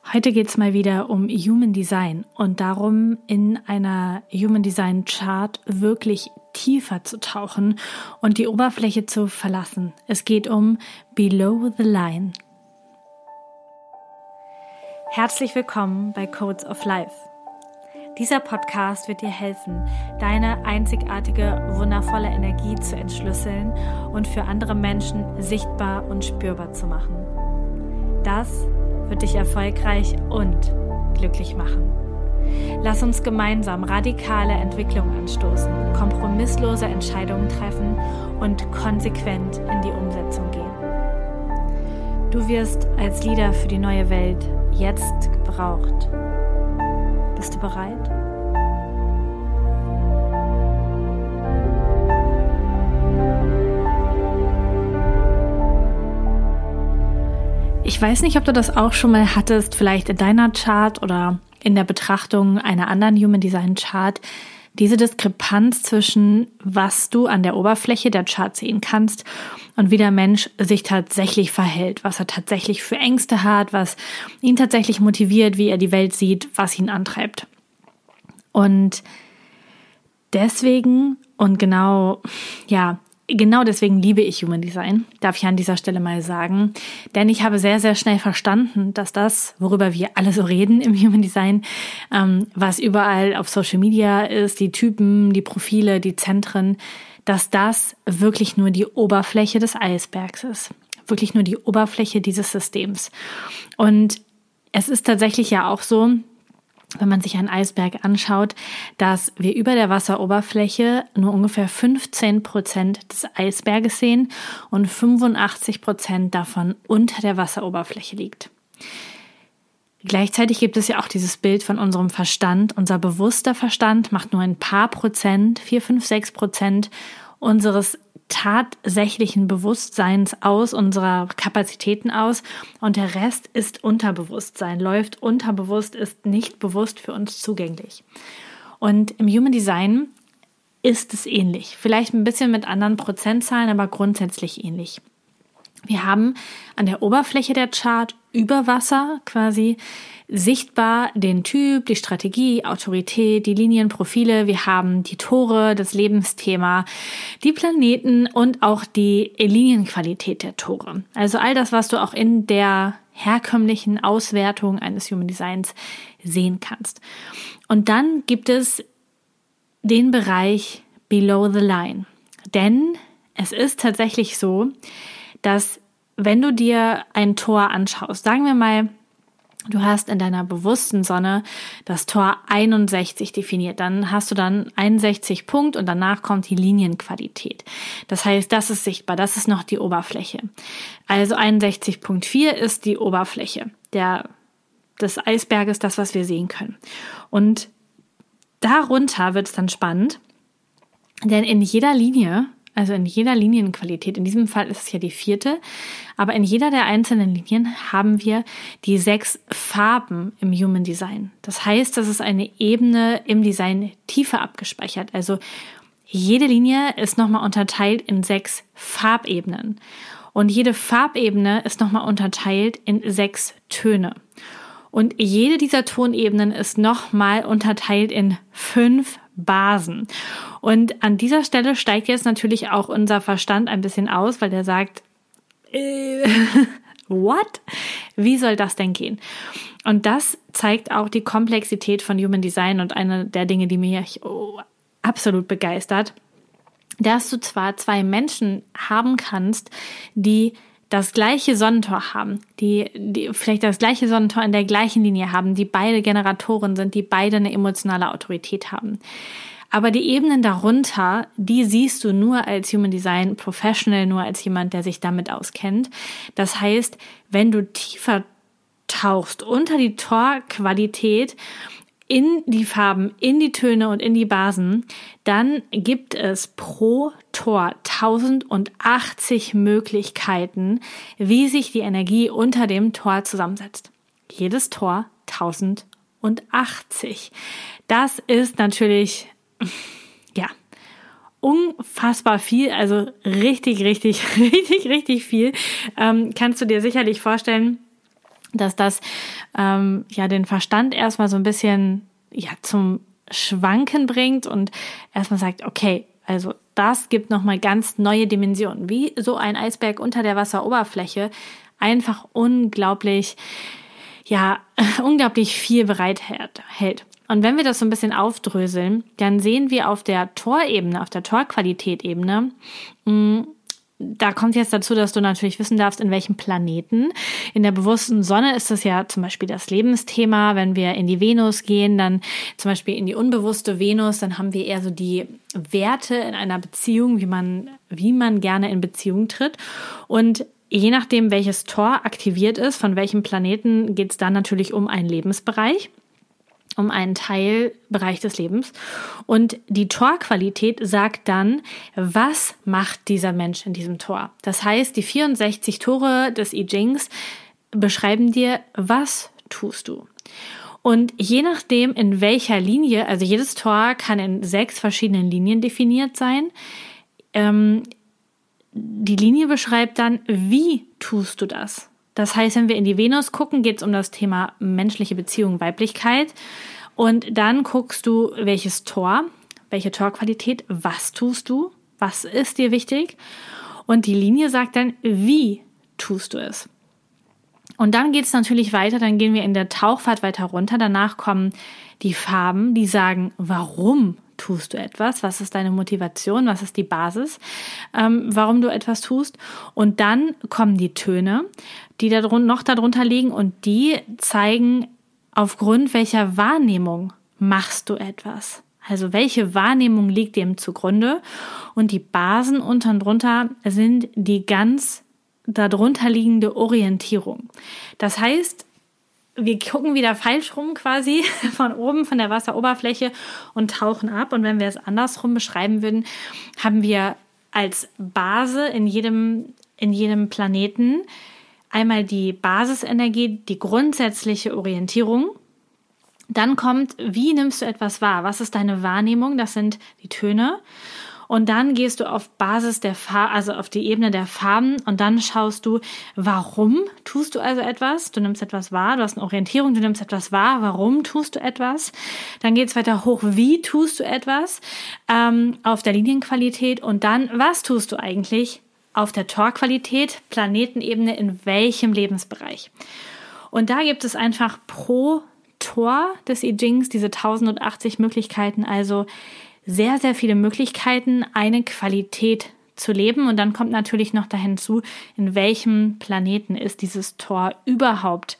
Heute geht es mal wieder um Human Design und darum, in einer Human Design Chart wirklich tiefer zu tauchen und die Oberfläche zu verlassen. Es geht um Below the Line. Herzlich willkommen bei Codes of Life. Dieser Podcast wird dir helfen, deine einzigartige, wundervolle Energie zu entschlüsseln und für andere Menschen sichtbar und spürbar zu machen. Das wird dich erfolgreich und glücklich machen. Lass uns gemeinsam radikale Entwicklung anstoßen, kompromisslose Entscheidungen treffen und konsequent in die Umsetzung gehen. Du wirst als Leader für die neue Welt jetzt gebraucht. Bist du bereit? Ich weiß nicht, ob du das auch schon mal hattest, vielleicht in deiner Chart oder in der Betrachtung einer anderen Human Design Chart, diese Diskrepanz zwischen, was du an der Oberfläche der Chart sehen kannst und wie der Mensch sich tatsächlich verhält, was er tatsächlich für Ängste hat, was ihn tatsächlich motiviert, wie er die Welt sieht, was ihn antreibt. Und deswegen und genau deswegen liebe ich Human Design, darf ich an dieser Stelle mal sagen. Denn ich habe sehr, sehr schnell verstanden, dass das, worüber wir alle so reden im Human Design, was überall auf Social Media ist, die Typen, die Profile, die Zentren, dass das wirklich nur die Oberfläche des Eisbergs ist. Wirklich nur die Oberfläche dieses Systems. Und es ist tatsächlich ja auch so, wenn man sich einen Eisberg anschaut, dass wir über der Wasseroberfläche nur ungefähr 15% des Eisberges sehen und 85% davon unter der Wasseroberfläche liegt. Gleichzeitig gibt es ja auch dieses Bild von unserem Verstand. Unser bewusster Verstand macht nur ein paar Prozent, 4, 5, 6% unseres tatsächlichen Bewusstseins aus, unserer Kapazitäten aus, und der Rest ist Unterbewusstsein, läuft unterbewusst, ist nicht bewusst für uns zugänglich. Und im Human Design ist es ähnlich, vielleicht ein bisschen mit anderen Prozentzahlen, aber grundsätzlich ähnlich. Wir haben an der Oberfläche der Chart über Wasser quasi sichtbar den Typ, die Strategie, Autorität, die Linienprofile. Wir haben die Tore, das Lebensthema, die Planeten und auch die Linienqualität der Tore. Also all das, was du auch in der herkömmlichen Auswertung eines Human Designs sehen kannst. Und dann gibt es den Bereich Below the Line. Denn es ist tatsächlich so, dass wenn du dir ein Tor anschaust, sagen wir mal, du hast in deiner bewussten Sonne das Tor 61 definiert, dann hast du dann 61 Punkt und danach kommt die Linienqualität. Das heißt, das ist sichtbar, das ist noch die Oberfläche. Also 61.4 ist die Oberfläche des Eisberges, das, was wir sehen können. Und darunter wird es dann spannend, denn in jeder Linie, also in jeder Linienqualität, in diesem Fall ist es ja die 4., aber in jeder der einzelnen Linien haben wir die 6 Farben im Human Design. Das heißt, das ist eine Ebene im Design tiefer abgespeichert. Also jede Linie ist nochmal unterteilt in 6 Farbebenen. Und jede Farbebene ist nochmal unterteilt in 6 Töne. Und jede dieser Tonebenen ist nochmal unterteilt in 5 Basen. Und an dieser Stelle steigt jetzt natürlich auch unser Verstand ein bisschen aus, weil der sagt, what? Wie soll das denn gehen? Und das zeigt auch die Komplexität von Human Design und eine der Dinge, die mich absolut begeistert, dass du zwar 2 Menschen haben kannst, die das gleiche Sonnentor haben, die vielleicht das gleiche Sonnentor in der gleichen Linie haben, die beide Generatoren sind, die beide eine emotionale Autorität haben. Aber die Ebenen darunter, die siehst du nur als Human Design Professional, nur als jemand, der sich damit auskennt. Das heißt, wenn du tiefer tauchst unter die Torqualität, in die Farben, in die Töne und in die Basen, dann gibt es pro Tor 1080 Möglichkeiten, wie sich die Energie unter dem Tor zusammensetzt. Jedes Tor 1080. Das ist natürlich, unfassbar viel, also richtig viel. Kannst du dir sicherlich vorstellen, dass das den Verstand erstmal so ein bisschen zum Schwanken bringt und erstmal sagt, okay, also das gibt nochmal ganz neue Dimensionen, wie so ein Eisberg unter der Wasseroberfläche einfach unglaublich viel bereithält. Und wenn wir das so ein bisschen aufdröseln, dann sehen wir auf der Torebene, auf der Torqualität-Ebene, da kommt jetzt dazu, dass du natürlich wissen darfst, in welchem Planeten. In der bewussten Sonne ist das ja zum Beispiel das Lebensthema. Wenn wir in die Venus gehen, dann zum Beispiel in die unbewusste Venus, dann haben wir eher so die Werte in einer Beziehung, wie man gerne in Beziehung tritt. Und je nachdem, welches Tor aktiviert ist, von welchem Planeten, geht es dann natürlich um einen Lebensbereich, um einen Teilbereich des Lebens. Und die Torqualität sagt dann, was macht dieser Mensch in diesem Tor? Das heißt, die 64 Tore des I Chings beschreiben dir, was tust du? Und je nachdem, in welcher Linie, also jedes Tor kann in 6 verschiedenen Linien definiert sein, die Linie beschreibt dann, wie tust du das? Das heißt, wenn wir in die Venus gucken, geht es um das Thema menschliche Beziehung, Weiblichkeit. Und dann guckst du, welches Tor, welche Torqualität, was tust du, was ist dir wichtig. Und die Linie sagt dann, wie tust du es. Und dann geht es natürlich weiter, dann gehen wir in der Tauchfahrt weiter runter. Danach kommen die Farben, die sagen, warum tust du etwas? Was ist deine Motivation? Was ist die Basis, warum du etwas tust? Und dann kommen die Töne, die noch darunter liegen und die zeigen, aufgrund welcher Wahrnehmung machst du etwas. Also welche Wahrnehmung liegt dem zugrunde? Und die Basen unten und drunter sind die ganz darunter liegende Orientierung. Das heißt, wir gucken wieder falsch rum quasi von oben, von der Wasseroberfläche und tauchen ab. Und wenn wir es andersrum beschreiben würden, haben wir als Base in jedem Planeten einmal die Basisenergie, die grundsätzliche Orientierung. Dann kommt, wie nimmst du etwas wahr? Was ist deine Wahrnehmung? Das sind die Töne. Und dann gehst du auf Basis der also auf die Ebene der Farben und dann schaust du, warum tust du also etwas? Du nimmst etwas wahr, du hast eine Orientierung, du nimmst etwas wahr, warum tust du etwas? Dann geht es weiter hoch, wie tust du etwas auf der Linienqualität und dann, was tust du eigentlich auf der Torqualität, Planetenebene, in welchem Lebensbereich? Und da gibt es einfach pro Tor des I Chings diese 1080 Möglichkeiten, also sehr, sehr viele Möglichkeiten, eine Qualität zu leben. Und dann kommt natürlich noch dahin zu, in welchem Planeten ist dieses Tor überhaupt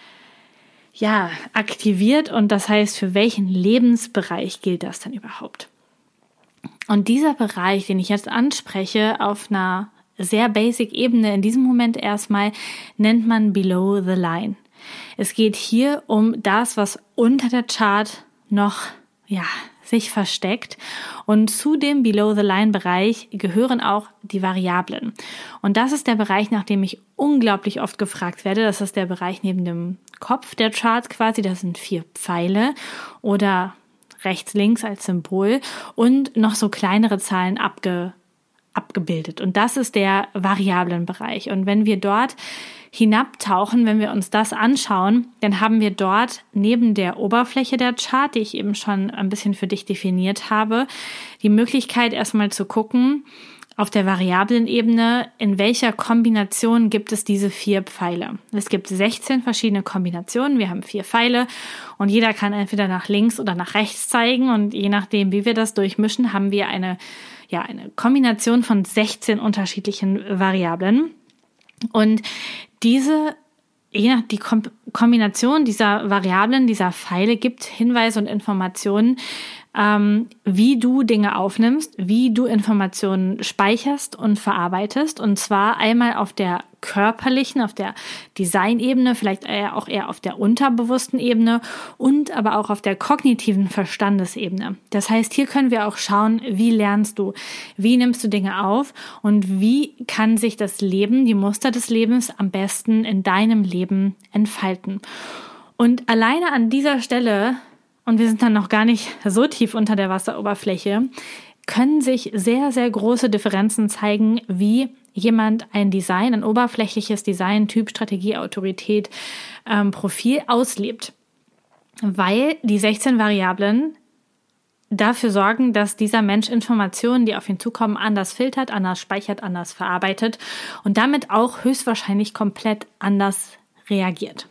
aktiviert. Und das heißt, für welchen Lebensbereich gilt das dann überhaupt? Und dieser Bereich, den ich jetzt anspreche, auf einer sehr basic Ebene, in diesem Moment erstmal, nennt man Below the Line. Es geht hier um das, was unter der Chart noch, sich versteckt. Und zu dem Below-the-Line-Bereich gehören auch die Variablen. Und das ist der Bereich, nach dem ich unglaublich oft gefragt werde. Das ist der Bereich neben dem Kopf der Chart quasi. Das sind 4 Pfeile oder rechts, links als Symbol und noch so kleinere Zahlen abgebildet. Und das ist der Variablenbereich. Und wenn wir dort hinabtauchen, wenn wir uns das anschauen, dann haben wir dort neben der Oberfläche der Chart, die ich eben schon ein bisschen für dich definiert habe, die Möglichkeit erstmal zu gucken, auf der Variablenebene, in welcher Kombination gibt es diese 4 Pfeile. Es gibt 16 verschiedene Kombinationen, wir haben 4 Pfeile und jeder kann entweder nach links oder nach rechts zeigen und je nachdem, wie wir das durchmischen, haben wir eine Kombination von 16 unterschiedlichen Variablen. Und die Kombination dieser Variablen, dieser Pfeile gibt Hinweise und Informationen, wie du Dinge aufnimmst, wie du Informationen speicherst und verarbeitest. Und zwar einmal auf der körperlichen, auf der Designebene, vielleicht auch eher auf der unterbewussten Ebene und aber auch auf der kognitiven Verstandesebene. Das heißt, hier können wir auch schauen, wie lernst du, wie nimmst du Dinge auf und wie kann sich das Leben, die Muster des Lebens am besten in deinem Leben entfalten. Und alleine an dieser Stelle, und wir sind dann noch gar nicht so tief unter der Wasseroberfläche, können sich sehr, sehr große Differenzen zeigen, wie jemand ein Design, ein oberflächliches Design, Typ, Strategie, Autorität, Profil auslebt. Weil die 16 Variablen dafür sorgen, dass dieser Mensch Informationen, die auf ihn zukommen, anders filtert, anders speichert, anders verarbeitet und damit auch höchstwahrscheinlich komplett anders reagiert.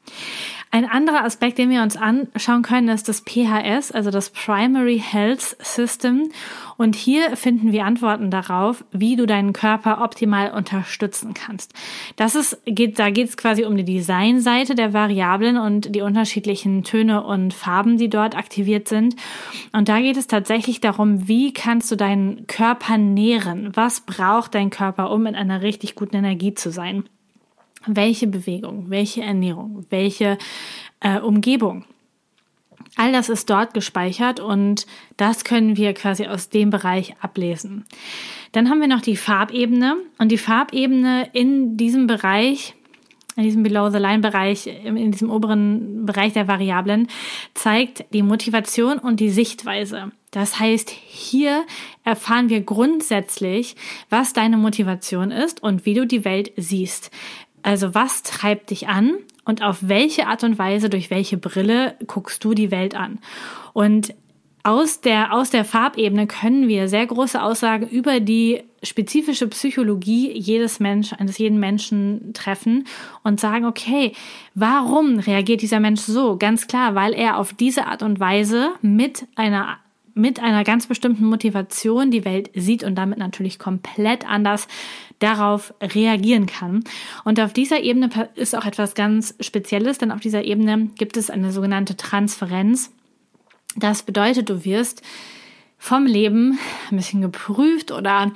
Ein anderer Aspekt, den wir uns anschauen können, ist das PHS, also das Primary Health System. Und hier finden wir Antworten darauf, wie du deinen Körper optimal unterstützen kannst. Da geht es quasi um die Designseite der Variablen und die unterschiedlichen Töne und Farben, die dort aktiviert sind. Und da geht es tatsächlich darum, wie kannst du deinen Körper nähren? Was braucht dein Körper, um in einer richtig guten Energie zu sein? Welche Bewegung, welche Ernährung, welche Umgebung. All das ist dort gespeichert und das können wir quasi aus dem Bereich ablesen. Dann haben wir noch die Farbebene und die Farbebene in diesem Bereich, in diesem Below-the-Line-Bereich, in diesem oberen Bereich der Variablen, zeigt die Motivation und die Sichtweise. Das heißt, hier erfahren wir grundsätzlich, was deine Motivation ist und wie du die Welt siehst. Also was treibt dich an und auf welche Art und Weise, durch welche Brille guckst du die Welt an? Und aus der Farbebene können wir sehr große Aussagen über die spezifische Psychologie eines jeden Menschen treffen und sagen, okay, warum reagiert dieser Mensch so? Ganz klar, weil er auf diese Art und Weise mit einer ganz bestimmten Motivation die Welt sieht und damit natürlich komplett anders darauf reagieren kann. Und auf dieser Ebene ist auch etwas ganz Spezielles, denn auf dieser Ebene gibt es eine sogenannte Transferenz. Das bedeutet, du wirst vom Leben ein bisschen geprüft oder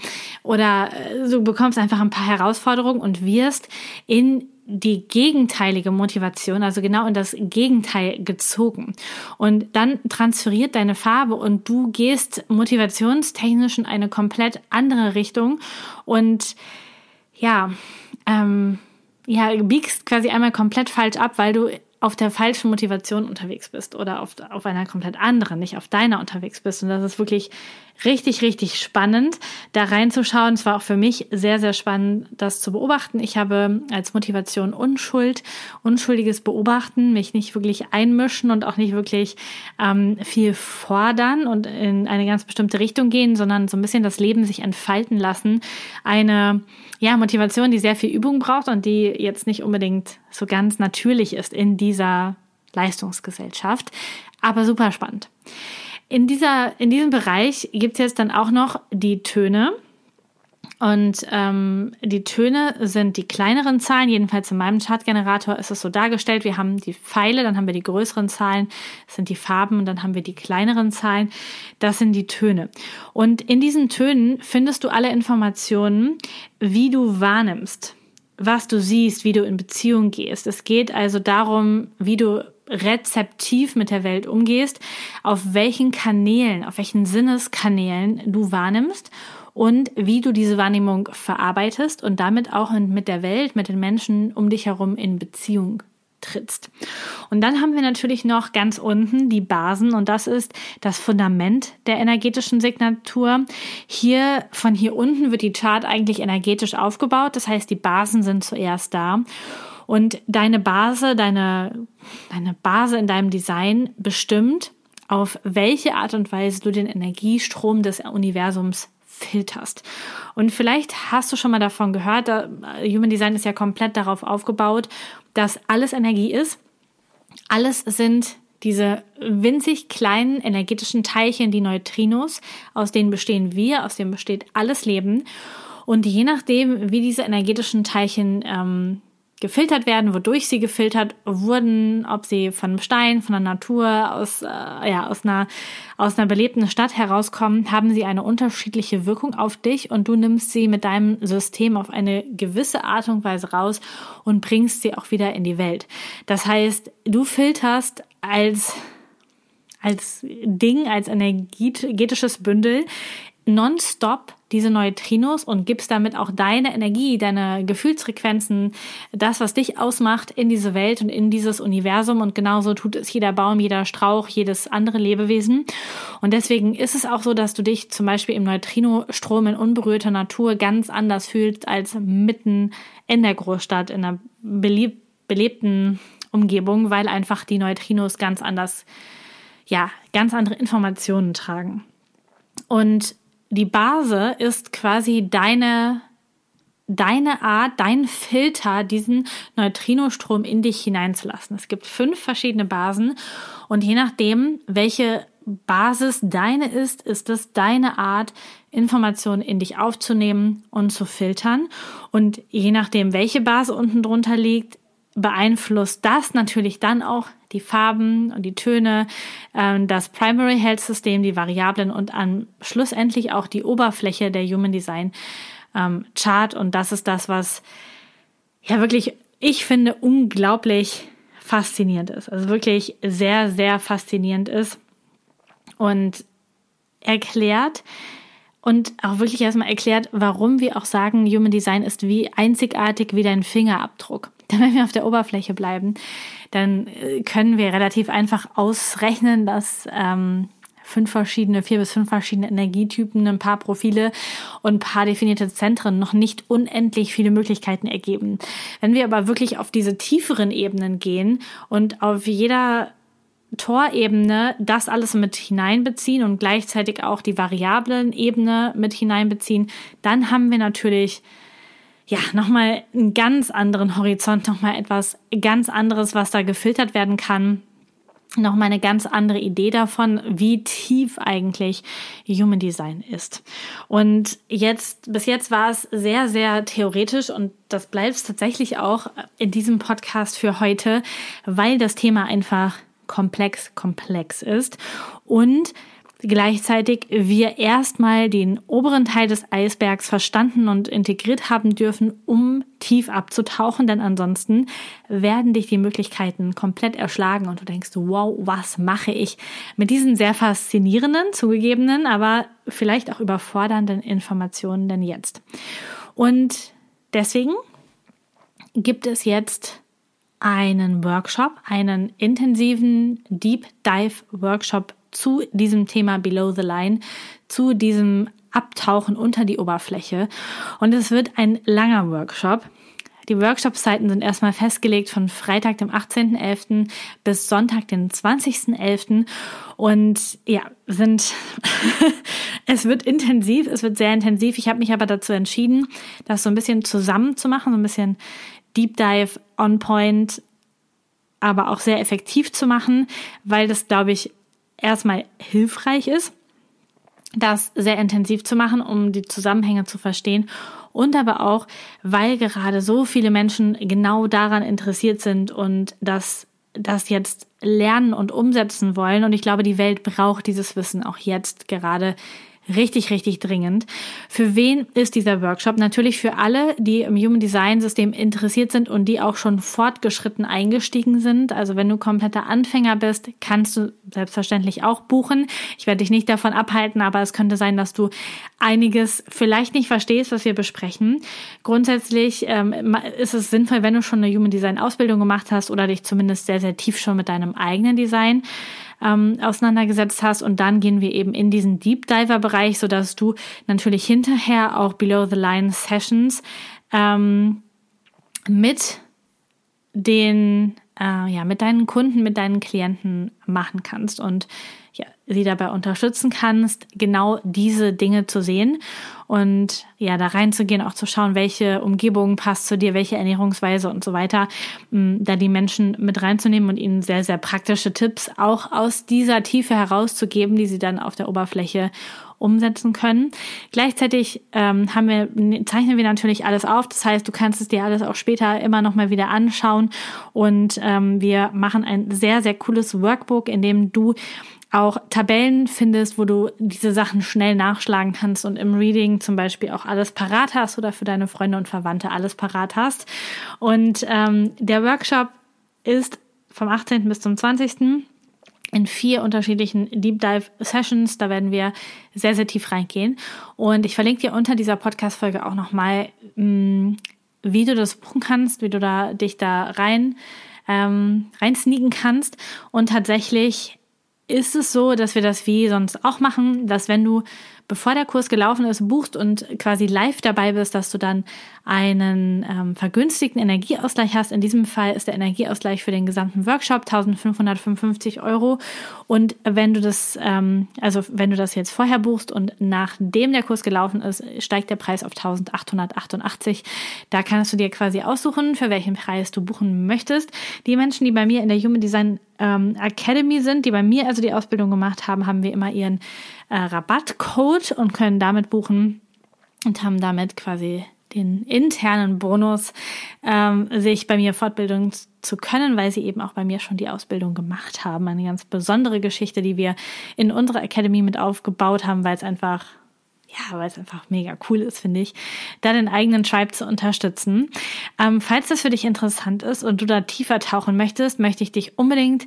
du bekommst einfach ein paar Herausforderungen und wirst in die gegenteilige Motivation, also genau in das Gegenteil gezogen. Und dann transferiert deine Farbe und du gehst motivationstechnisch in eine komplett andere Richtung und biegst quasi einmal komplett falsch ab, weil du auf der falschen Motivation unterwegs bist oder auf einer komplett anderen, nicht auf deiner unterwegs bist. Und das ist wirklich richtig, richtig spannend, da reinzuschauen. Es war auch für mich sehr, sehr spannend, das zu beobachten. Ich habe als Motivation unschuldiges Beobachten, mich nicht wirklich einmischen und auch nicht wirklich viel fordern und in eine ganz bestimmte Richtung gehen, sondern so ein bisschen das Leben sich entfalten lassen. Eine Motivation, die sehr viel Übung braucht und die jetzt nicht unbedingt so ganz natürlich ist in dieser Leistungsgesellschaft, aber super spannend. In diesem Bereich gibt es jetzt dann auch noch die Töne. Und die Töne sind die kleineren Zahlen, jedenfalls in meinem Chartgenerator ist es so dargestellt. Wir haben die Pfeile, dann haben wir die größeren Zahlen, das sind die Farben und dann haben wir die kleineren Zahlen, das sind die Töne. Und in diesen Tönen findest du alle Informationen, wie du wahrnimmst, was du siehst, wie du in Beziehung gehst. Es geht also darum, wie du rezeptiv mit der Welt umgehst, auf welchen Sinneskanälen du wahrnimmst und wie du diese Wahrnehmung verarbeitest und damit auch mit der Welt, mit den Menschen um dich herum in Beziehung trittst. Und dann haben wir natürlich noch ganz unten die Basen und das ist das Fundament der energetischen Signatur. Von hier unten wird die Chart eigentlich energetisch aufgebaut, das heißt, die Basen sind zuerst da. Und deine Base in deinem Design bestimmt, auf welche Art und Weise du den Energiestrom des Universums filterst. Und vielleicht hast du schon mal davon gehört, Human Design ist ja komplett darauf aufgebaut, dass alles Energie ist. Alles sind diese winzig kleinen energetischen Teilchen, die Neutrinos, aus denen bestehen wir, aus denen besteht alles Leben. Und je nachdem, wie diese energetischen Teilchen gefiltert werden, wodurch sie gefiltert wurden, ob sie von Stein, von der Natur, aus einer belebten Stadt herauskommen, haben sie eine unterschiedliche Wirkung auf dich und du nimmst sie mit deinem System auf eine gewisse Art und Weise raus und bringst sie auch wieder in die Welt. Das heißt, du filterst als energetisches Bündel nonstop diese Neutrinos und gibst damit auch deine Energie, deine Gefühlsfrequenzen, das, was dich ausmacht, in diese Welt und in dieses Universum. Und genauso tut es jeder Baum, jeder Strauch, jedes andere Lebewesen. Und deswegen ist es auch so, dass du dich zum Beispiel im Neutrinostrom in unberührter Natur ganz anders fühlst als mitten in der Großstadt, in einer belebten Umgebung, weil einfach die Neutrinos ganz anders, ganz andere Informationen tragen. Und die Base ist quasi deine Art, dein Filter, diesen Neutrinostrom in dich hineinzulassen. Es gibt 5 verschiedene Basen und je nachdem, welche Basis deine ist es deine Art, Informationen in dich aufzunehmen und zu filtern. Und je nachdem, welche Basis unten drunter liegt, beeinflusst das natürlich dann auch die Farben und die Töne, das Primary Health System, die Variablen und schlussendlich auch die Oberfläche der Human Design Chart. Und das ist das, was wirklich, ich finde, unglaublich faszinierend ist. Also wirklich sehr, sehr faszinierend ist und erklärt und auch wirklich erstmal erklärt, warum wir auch sagen, Human Design ist wie einzigartig wie dein Fingerabdruck. Denn wenn wir auf der Oberfläche bleiben, dann können wir relativ einfach ausrechnen, dass 4 bis 5 verschiedene Energietypen, ein paar Profile und ein paar definierte Zentren noch nicht unendlich viele Möglichkeiten ergeben. Wenn wir aber wirklich auf diese tieferen Ebenen gehen und auf jeder Torebene das alles mit hineinbeziehen und gleichzeitig auch die Variablen-Ebene mit hineinbeziehen, dann haben wir natürlich nochmal einen ganz anderen Horizont, nochmal etwas ganz anderes, was da gefiltert werden kann. Nochmal eine ganz andere Idee davon, wie tief eigentlich Human Design ist. Und bis jetzt war es sehr, sehr theoretisch und das bleibt es tatsächlich auch in diesem Podcast für heute, weil das Thema einfach komplex ist und gleichzeitig wir erstmal den oberen Teil des Eisbergs verstanden und integriert haben dürfen, um tief abzutauchen, denn ansonsten werden dich die Möglichkeiten komplett erschlagen und du denkst, wow, was mache ich mit diesen sehr faszinierenden, zugegebenen, aber vielleicht auch überfordernden Informationen denn jetzt? Und deswegen gibt es jetzt einen Workshop, einen intensiven Deep Dive Workshop zu diesem Thema Below the Line, zu diesem Abtauchen unter die Oberfläche. Und es wird ein langer Workshop. Die Workshop-Zeiten sind erstmal festgelegt von Freitag, dem 18.11. bis Sonntag, den 20.11. Und es wird intensiv, es wird sehr intensiv. Ich habe mich aber dazu entschieden, das so ein bisschen zusammen zu machen, so ein bisschen Deep Dive on point, aber auch sehr effektiv zu machen, weil das, glaube ich, erstmal hilfreich ist, das sehr intensiv zu machen, um die Zusammenhänge zu verstehen und aber auch, weil gerade so viele Menschen genau daran interessiert sind und das jetzt lernen und umsetzen wollen. Und ich glaube, die Welt braucht dieses Wissen auch jetzt gerade richtig, richtig dringend. Für wen ist dieser Workshop? Natürlich für alle, die im Human Design System interessiert sind und die auch schon fortgeschritten eingestiegen sind. Also wenn du kompletter Anfänger bist, kannst du selbstverständlich auch buchen. Ich werde dich nicht davon abhalten, aber es könnte sein, dass du einiges vielleicht nicht verstehst, was wir besprechen. Grundsätzlich ist es sinnvoll, wenn du schon eine Human Design Ausbildung gemacht hast oder dich zumindest sehr, sehr tief schon mit deinem eigenen Design auseinandergesetzt hast, und dann gehen wir eben in diesen Deep Diver Bereich, sodass du natürlich hinterher auch Below the Line Sessions mit deinen Kunden, mit deinen Klienten machen kannst und sie dabei unterstützen kannst, genau diese Dinge zu sehen und da reinzugehen, auch zu schauen, welche Umgebung passt zu dir, welche Ernährungsweise und so weiter, da die Menschen mit reinzunehmen und ihnen sehr, sehr praktische Tipps auch aus dieser Tiefe herauszugeben, die sie dann auf der Oberfläche umsetzen können. Gleichzeitig zeichnen wir natürlich alles auf. Das heißt, du kannst es dir alles auch später immer noch mal wieder anschauen. Und wir machen ein sehr, sehr cooles Workbook, in dem du auch Tabellen findest, wo du diese Sachen schnell nachschlagen kannst und im Reading zum Beispiel auch alles parat hast oder für deine Freunde und Verwandte alles parat hast. Und der Workshop ist vom 18. bis zum 20. in 4 unterschiedlichen Deep Dive Sessions. Da werden wir sehr, sehr tief reingehen. Und ich verlinke dir unter dieser Podcast-Folge auch nochmal, wie du das buchen kannst, wie du dich da rein sneaken kannst. Und tatsächlich ist es so, dass wir das wie sonst auch machen, dass wenn du, bevor der Kurs gelaufen ist, buchst und quasi live dabei bist, dass du dann einen vergünstigten Energieausgleich hast. In diesem Fall ist der Energieausgleich für den gesamten Workshop 1.555 €. Und wenn du das, wenn du das jetzt vorher buchst und nachdem der Kurs gelaufen ist, steigt der Preis auf 1.888. Da kannst du dir quasi aussuchen, für welchen Preis du buchen möchtest. Die Menschen, die bei mir in der Human Design Academy sind, die bei mir also die Ausbildung gemacht haben, haben wir immer ihren Rabattcode und können damit buchen und haben damit quasi den internen Bonus, sich bei mir fortbilden zu können, weil sie eben auch bei mir schon die Ausbildung gemacht haben. Eine ganz besondere Geschichte, die wir in unserer Academy mit aufgebaut haben, weil es einfach mega cool ist, finde ich, da den eigenen Tribe zu unterstützen. Falls das für dich interessant ist und du da tiefer tauchen möchtest, möchte ich dich unbedingt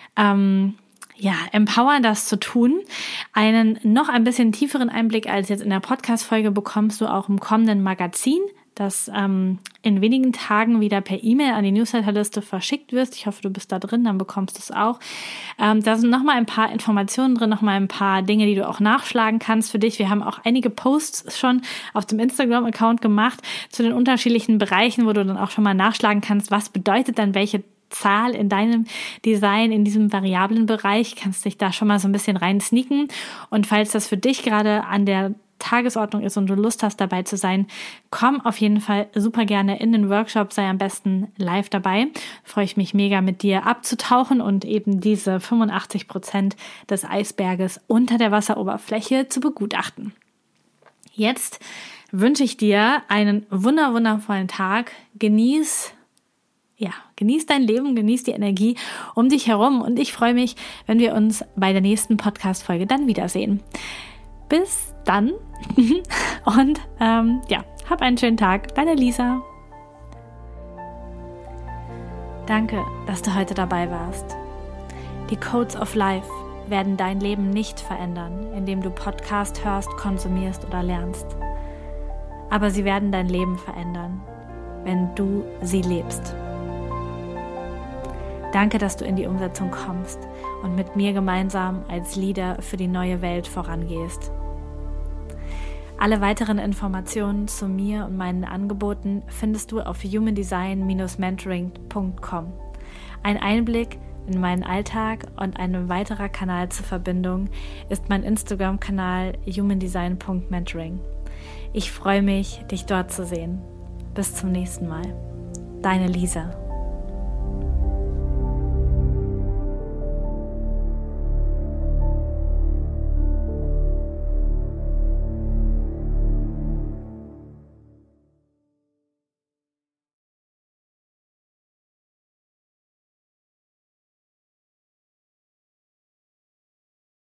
empowern, das zu tun. Einen noch ein bisschen tieferen Einblick als jetzt in der Podcast-Folge bekommst du auch im kommenden Magazin, das in wenigen Tagen wieder per E-Mail an die Newsletterliste verschickt wird. Ich hoffe, du bist da drin, dann bekommst du es auch. Da sind nochmal ein paar Informationen drin, nochmal ein paar Dinge, die du auch nachschlagen kannst für dich. Wir haben auch einige Posts schon auf dem Instagram-Account gemacht zu den unterschiedlichen Bereichen, wo du dann auch schon mal nachschlagen kannst, was bedeutet dann welche Zahl in deinem Design, in diesem variablen Bereich, kannst dich da schon mal so ein bisschen rein sneaken. Und falls das für dich gerade an der Tagesordnung ist und du Lust hast, dabei zu sein, komm auf jeden Fall super gerne in den Workshop, sei am besten live dabei. Freue ich mich mega, mit dir abzutauchen und eben diese 85% des Eisberges unter der Wasseroberfläche zu begutachten. Jetzt wünsche ich dir einen wundervollen Tag. Genieß dein Leben, genieß die Energie um dich herum und ich freue mich, wenn wir uns bei der nächsten Podcast-Folge dann wiedersehen. Bis dann und hab einen schönen Tag. Deine Lisa. Danke, dass du heute dabei warst. Die Codes of Life werden dein Leben nicht verändern, indem du Podcast hörst, konsumierst oder lernst. Aber sie werden dein Leben verändern, wenn du sie lebst. Danke, dass du in die Umsetzung kommst und mit mir gemeinsam als Leader für die neue Welt vorangehst. Alle weiteren Informationen zu mir und meinen Angeboten findest du auf humandesign-mentoring.com. Ein Einblick in meinen Alltag und ein weiterer Kanal zur Verbindung ist mein Instagram-Kanal humandesign.mentoring. Ich freue mich, dich dort zu sehen. Bis zum nächsten Mal. Deine Lisa.